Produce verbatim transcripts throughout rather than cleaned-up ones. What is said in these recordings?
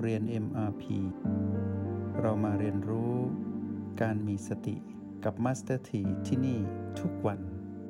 เรียน เอ็ม อาร์ พี เรามาเรียนรู้การมีสติกับ Master T ที่ที่นี่ทุกวัน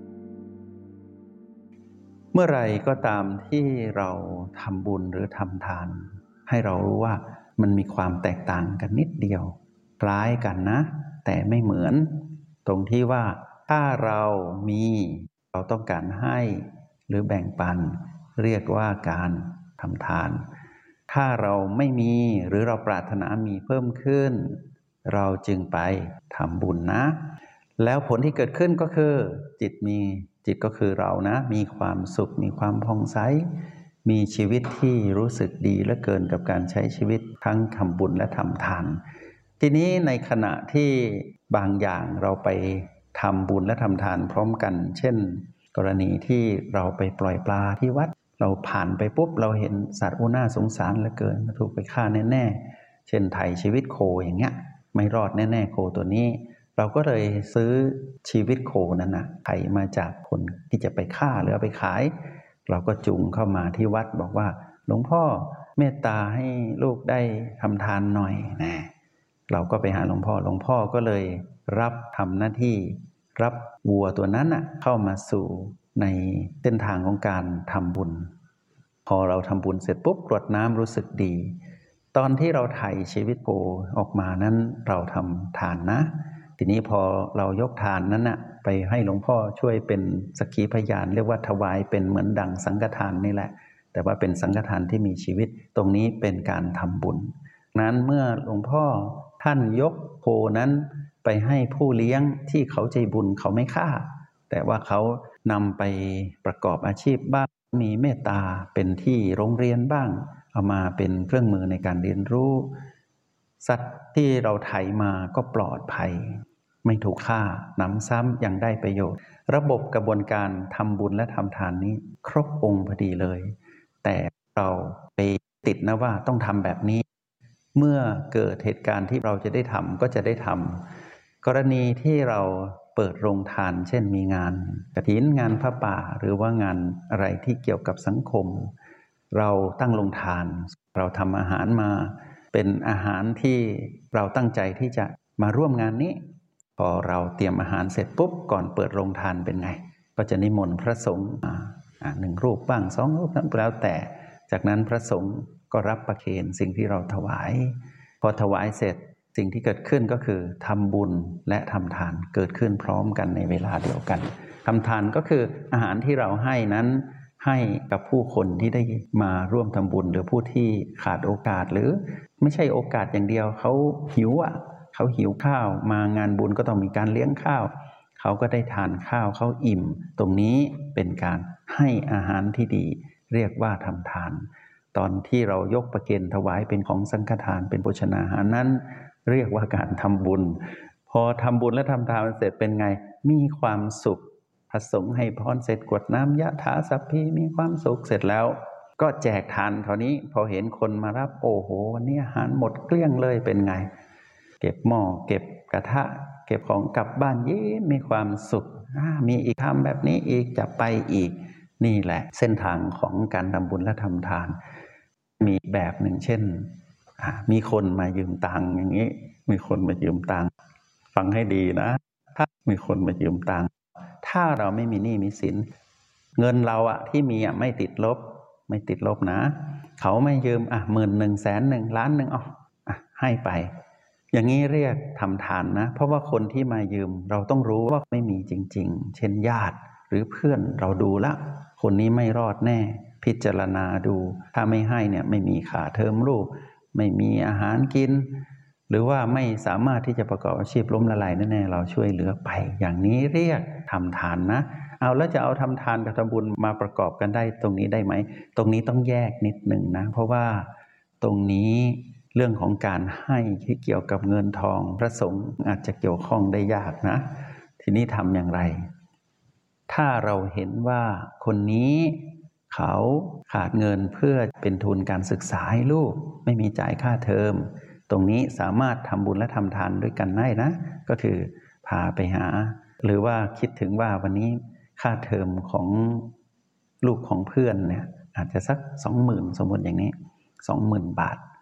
เมื่อไรก็ตามที่เราทำบุญหรือทำทานให้เรารู้ว่ามันมีความแตกต่างกันนิดเดียวคล้ายกันนะแต่ไม่เหมือนตรงที่ว่าถ้าเรามีเราต้องการให้หรือแบ่งปันเรียกว่าการทำทานถ้าเราไม่มีหรือเราปรารถนามีเพิ่มขึ้นเราจึงไปทำบุญนะแล้วผลที่เกิดขึ้นก็คือจิตมีจิตก็คือเรานะมีความสุขมีความผ่องใสมีชีวิตที่รู้สึกดีเหลือเกินกับการใช้ชีวิตทั้งทำบุญและทำทานทีนี้ในขณะที่บางอย่างเราไปทำบุญและทำทานพร้อมกันเช่นกรณีที่เราไปปล่อยปลาที่วัดเราผ่านไปปุ๊บเราเห็นสัตว์โอ้น่าสงสารเหลือเกินถูกไปฆ่าแน่ๆเช่นไถ่ชีวิตโคอย่างเงี้ยไม่รอดแน่ๆโคตัวนี้เราก็เลยซื้อชีวิตโคนั้นนะไถ่มาจากคนที่จะไปฆ่าหรือเอาไปขายเราก็จูงเข้ามาที่วัดบอกว่าหลวงพ่อเมตตาให้ลูกได้ทำทานหน่อยนะเราก็ไปหาหลวงพ่อหลวงพ่อก็เลยรับทำหน้าที่รับวัวตัวนั้นนะเข้ามาสู่ในเส้นทางของการทำบุญพอเราทำบุญเสร็จปุ๊บกรวดน้ำรู้สึกดีตอนที่เราไถ่ชีวิตโคออกมานั้นเราทำทานนะทีนี้พอเรายกทานนั้นนะไปให้หลวงพ่อช่วยเป็นสักขีพยานเรียกว่าถวายเป็นเหมือนดั่งสังฆทานนี่แหละแต่ว่าเป็นสังฆทานที่มีชีวิตตรงนี้เป็นการทำบุญนั้นเมื่อหลวงพ่อท่านยกโคนั้นไปให้ผู้เลี้ยงที่เขาใจบุญเขาไม่ฆ่าแต่ว่าเขานำไปประกอบอาชีพบ้างมีเมตตาเป็นที่โรงเรียนบ้างเอามาเป็นเครื่องมือในการเรียนรู้สัตว์ที่เราไถมาก็ปลอดภัยไม่ถูกฆ่าหนำซ้ำยังได้ประโยชน์ระบบกระบวนการทำบุญและทำทานนี้ครบองค์พอดีเลยแต่เราไปติดนะว่าต้องทำแบบนี้เมื่อเกิดเหตุการณ์ที่เราจะได้ทำก็จะได้ทำกรณีที่เราเปิดโรงทานเช่นมีงานกฐินงานพระป่าหรือว่างานอะไรที่เกี่ยวกับสังคมเราตั้งโรงทานเราทำอาหารมาเป็นอาหารที่เราตั้งใจที่จะมาร่วมงานนี้พอเราเตรียมอาหารเสร็จปุ๊บก่อนเปิดโรงทานเป็นไงก็จะนิมนต์พระสงฆ์มาหนึ่งรูปบ้างสองรูปนั้นแล้วแต่จากนั้นพระสงฆ์ก็รับประเคนสิ่งที่เราถวายพอถวายเสร็จสิ่งที่เกิดขึ้นก็คือทำบุญและทำทานเกิดขึ้นพร้อมกันในเวลาเดียวกันทำทานก็คืออาหารที่เราให้นั้นให้กับผู้คนที่ได้มาร่วมทำบุญหรือผู้ที่ขาดโอกาสหรือไม่ใช่โอกาสอย่างเดียวเขาหิวอ่ะเขาหิวข้าวมางานบุญก็ต้องมีการเลี้ยงข้าวเขาก็ได้ทานข้าวเขาอิ่มตรงนี้เป็นการให้อาหารที่ดีเรียกว่าทำทานตอนที่เรายกประเคนถวายเป็นของสังฆทานเป็นโภชนาหารนั้นเรียกว่าการทำบุญพอทำบุญและทำทานเสร็จเป็นไงมีความสุขพระสงฆ์ให้พรเสร็จกรวดน้ำยะถาสัพพิมีความสุขเสร็จแล้วก็แจกทานคราวนี้พอเห็นคนมารับโอ้โหวันนี้อาหารหมดเกลี้ยงเลยเป็นไงเก็บหม้อเก็บกระทะเก็บของกลับบ้านยิ้มมีความสุขมีอีกทำแบบนี้อีกจะไปอีกนี่แหละเส้นทางของการทำบุญและทำทานมีแบบหนึ่งเช่นมีคนมายืมตังค์อย่างนี้มีคนมายืมตังค์ฟังให้ดีนะถ้ามีคนมายืมตังค์ถ้าเราไม่มีหนี้มีสินเงินเราอะที่มีอะไม่ติดลบไม่ติดลบนะเขาไม่ยืมอ่ะหมื่นหนึ่งแสนหนึ่งล้านหนึ่งอ๋ออ่ะให้ไปอย่างนี้เรียกทำทานนะเพราะว่าคนที่มายืมเราต้องรู้ว่าไม่มีจริงๆเช่นญาติหรือเพื่อนเราดูละคนนี้ไม่รอดแน่พิจารณาดูถ้าไม่ให้เนี่ยไม่มีค่าเทอมลูกไม่มีอาหารกินหรือว่าไม่สามารถที่จะประกอบอาชีพล้มละลายแน่ๆเราช่วยเหลือไปอย่างนี้เรียกทำทานนะเอาแล้วจะเอาทำทานกับทำบุญมาประกอบกันได้ตรงนี้ได้ไหมตรงนี้ต้องแยกนิดหนึ่งนะเพราะว่าตรงนี้เรื่องของการให้ที่เกี่ยวกับเงินทองพระสงฆ์อาจจะเกี่ยวข้องได้ยากนะทีนี้ทำอย่างไรถ้าเราเห็นว่าคนนี้เขาขาดเงินเพื่อเป็นทุนการศึกษาให้ลูกไม่มีจ่ายค่าเทอมตรงนี้สามารถทำบุญและทำทานด้วยกันได้นะก็คือพาไปหาหรือว่าคิดถึงว่าวันนี้ค่าเทอมของลูกของเพื่อนเนี่ยอาจจะสักสองหมื่นสมมติอย่างนี้สองหมื่นบาท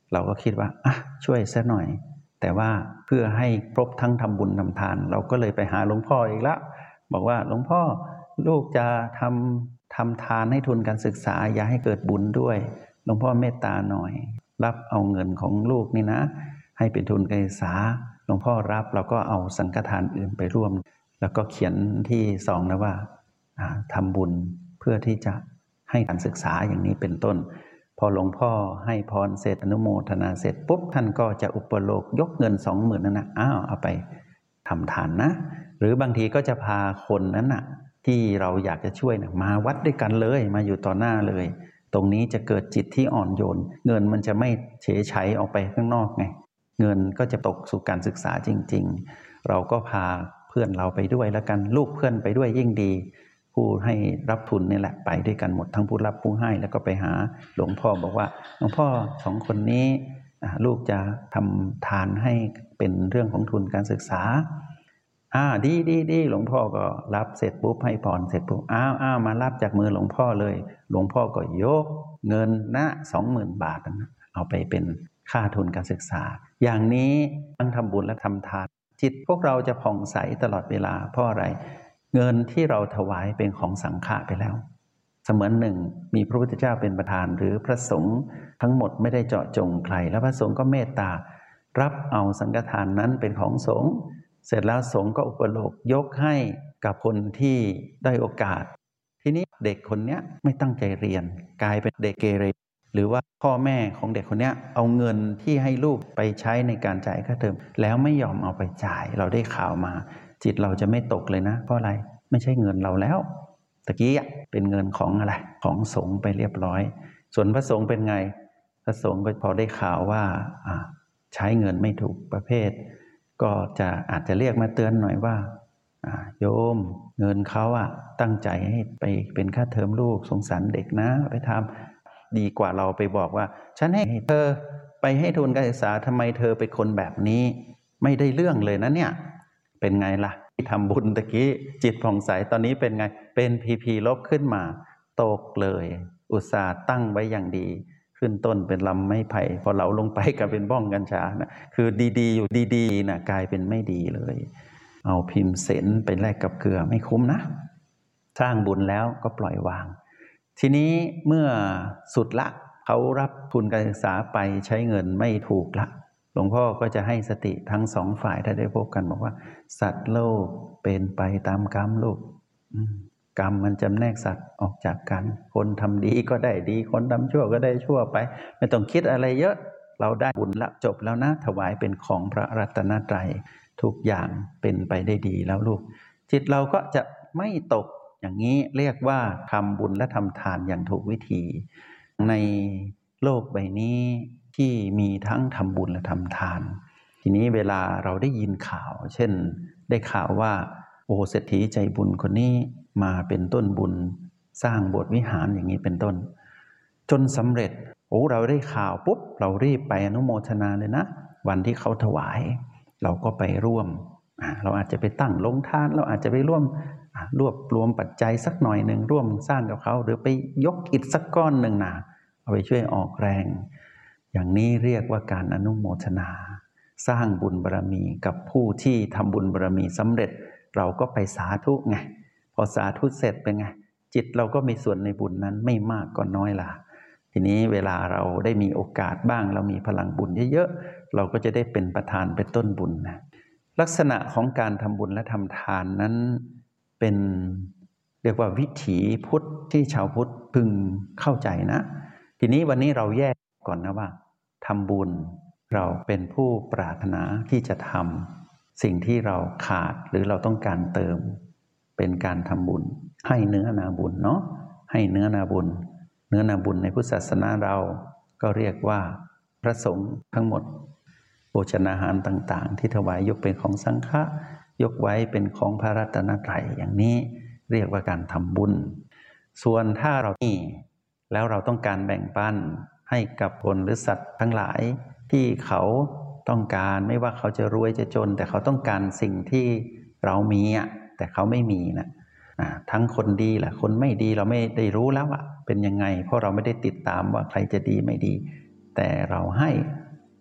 เราก็คิดว่าอ่ะช่วยซะหน่อยแต่ว่าเพื่อให้ครบทั้งทำบุญทำทานเราก็เลยไปหาหลวงพ่ออีกแล้วบอกว่าหลวงพ่อลูกจะทำทำทานให้ทุนการศึกษาอย่าให้เกิดบุญด้วยหลวงพ่อเมตตาหน่อยรับเอาเงินของลูกนี่นะให้เป็นทุนการศึกษาหลวงพ่อรับเราก็เอาสังฆทานอื่นไปร่วมแล้วก็เขียนที่ซองนะว่าทำบุญเพื่อที่จะให้การศึกษาอย่างนี้เป็นต้นพอหลวงพ่อให้พรเสร็จอนุโมทนาเสร็จปุ๊บท่านก็จะอุปโลกยกเงินสองหมื่นนั่นนะอ้าวเอาไปทำทานนะหรือบางทีก็จะพาคนนั้นน่ะที่เราอยากจะช่วยนะมาวัดด้วยกันเลยมาอยู่ต่อหน้าเลยตรงนี้จะเกิดจิตที่อ่อนโยนเงินมันจะไม่เฉยใช้ออกไปข้างนอกไงเงินก็จะตกสู่การศึกษาจริงๆเราก็พาเพื่อนเราไปด้วยแล้วกันลูกเพื่อนไปด้วยยิ่งดีผู้ให้รับทุนนี่แหละไปด้วยกันหมดทั้งผู้รับผู้ให้แล้วก็ไปหาหลวงพ่อบอกว่าหลวงพ่อสองคนนี้ลูกจะทำทานให้เป็นเรื่องของทุนการศึกษาอ่าดีดีดีหลวงพ่อก็รับเสร็จปุ๊บให้พรเสร็จปุ๊บอ้าวอ้าวมารับจากมือหลวงพ่อเลยหลวงพ่อก็ยกเงินนะสองหมื่นบาทนะเอาไปเป็นค่าทุนการศึกษาอย่างนี้ทั้งทำบุญและทำทานจิตพวกเราจะผ่องใสตลอดเวลาเพราะอะไรเงินที่เราถวายเป็นของสังฆะไปแล้วเสมือนหนึ่งมีพระพุทธเจ้าเป็นประธานหรือพระสงฆ์ทั้งหมดไม่ได้เจาะจงใครแล้วพระสงฆ์ก็เมตตารับเอาสังฆทานนั้นเป็นของสงฆ์เสร็จแล้วสงฆ์ก็อุปโลกยกให้กับคนที่ได้โอกาสทีนี้เด็กคนนี้ไม่ตั้งใจเรียนกลายเป็นเด็กเกเรหรือว่าพ่อแม่ของเด็กคนนี้เอาเงินที่ให้ลูกไปใช้ในการจ่ายค่าเทอมแล้วไม่ยอมเอาไปจ่ายเราได้ข่าวมาจิตเราจะไม่ตกเลยนะเพราะอะไรไม่ใช่เงินเราแล้วตะกี้เป็นเงินของอะไรของสงฆ์ไปเรียบร้อยส่วนพระสงฆ์เป็นไงพระสงฆ์ก็พอได้ข่าวว่าใช้เงินไม่ถูกประเภทก็จะอาจจะเรียกมาเตือนหน่อยว่าโยมเงินเขาอะตั้งใจให้ไปเป็นค่าเทอมลูกสงสารเด็กนะไปทำดีกว่าเราไปบอกว่าฉันให้เธอไปให้ทุนการศึกษาทำไมเธอเป็นคนแบบนี้ไม่ได้เรื่องเลยนะเนี่ยเป็นไงล่ะที่ทำบุญตะกี้จิตผ่องใสตอนนี้เป็นไงเป็นพีพีลบขึ้นมาตกเลยอุตส่าห์ตั้งไว้อย่างดีขึ้นต้นเป็นลำไม้ไผ่พอเหลาลงไปก็เป็นบ้องกัญชานะคือดีๆอยู่ดีๆนะกลายเป็นไม่ดีเลยเอาพิมพ์เสนไปแลกกับเกลือไม่คุ้มนะสร้างบุญแล้วก็ปล่อยวางทีนี้เมื่อสุดละเขารับทุนการศึกษาไปใช้เงินไม่ถูกละหลวงพ่อก็จะให้สติทั้งสองฝ่ายถ้าได้พบกันบอกว่าสัตว์โลกเป็นไปตามกรรมลูกกรรมมันจำแนกสัตว์ออกจากกันคนทำดีก็ได้ดีคนทำชั่วก็ได้ชั่วไปไม่ต้องคิดอะไรเยอะเราได้บุญละจบแล้วนะถวายเป็นของพระรัตนตรัยทุกอย่างเป็นไปได้ดีแล้วลูกจิตเราก็จะไม่ตกอย่างนี้เรียกว่าทำบุญและทำทานอย่างถูกวิธีในโลกใบนี้ที่มีทั้งทำบุญและทำทานทีนี้เวลาเราได้ยินข่าวเช่นได้ข่าวว่าโอ้เศรษฐีใจบุญคนนี้มาเป็นต้นบุญสร้างโบสถ์วิหารอย่างนี้เป็นต้นจนสำเร็จโอ้เราได้ข่าวปุ๊บเรารีบไปอนุโมทนาเลยนะวันที่เขาถวายเราก็ไปร่วมเราอาจจะไปตั้งโรงทานเราอาจจะไปร่วมรวบรวมปัจจัยสักหน่อยหนึ่งร่วมสร้างกับเขาหรือไปยกอิฐสักก้อนหนึ่งนะเอาไปช่วยออกแรงอย่างนี้เรียกว่าการอนุโมทนาสร้างบุญบารมีกับผู้ที่ทำบุญบารมีสำเร็จเราก็ไปสาธุไงพอสาธุเสร็จเป็นไงจิตเราก็มีส่วนในบุญนั้นไม่มากก็น้อยล่ะทีนี้เวลาเราได้มีโอกาสบ้างเรามีพลังบุญเยอะๆเราก็จะได้เป็นประธานเป็นต้นบุญนะลักษณะของการทำบุญและทำทานนั้นเป็นเรียกว่าวิถีพุทธที่ชาวพุทธพึงเข้าใจนะทีนี้วันนี้เราแยกก่อนนะว่าทำบุญเราเป็นผู้ปรารถนาที่จะทำสิ่งที่เราขาดหรือเราต้องการเติมเป็นการทำบุญให้เนื้อนาบุญเนาะให้เนื้อนาบุญเนื้อนาบุญในพุทธศาสนาเราก็เรียกว่าพระสงฆ์ทั้งหมดโภชนาหารต่างๆที่ถวายยกเป็นของสังฆะยกไว้เป็นของพระรัตนตรัยอย่างนี้เรียกว่าการทำบุญส่วนถ้าเรานี่แล้วเราต้องการแบ่งปันให้กับคนหรือสัตว์ทั้งหลายที่เขาต้องการไม่ว่าเขาจะรวยจะจนแต่เขาต้องการสิ่งที่เรามีอ่ะแต่เขาไม่มีนะทั้งคนดีแหละคนไม่ดีเราไม่ได้รู้แล้วอ่ะเป็นยังไงเพราะเราไม่ได้ติดตามว่าใครจะดีไม่ดีแต่เราให้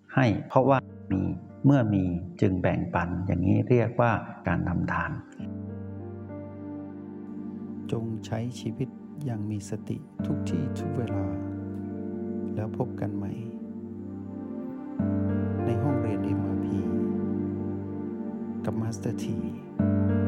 ให้เพราะว่ามีเมื่อมีจึงแบ่งปันอย่างนี้เรียกว่าการทำทานจงใช้ชีวิตอย่างมีสติทุกที่ทุกเวลาแล้วพบกันใหม่ในห้องเรียน เอ็ม อาร์ พี กับมาสเตอร์ที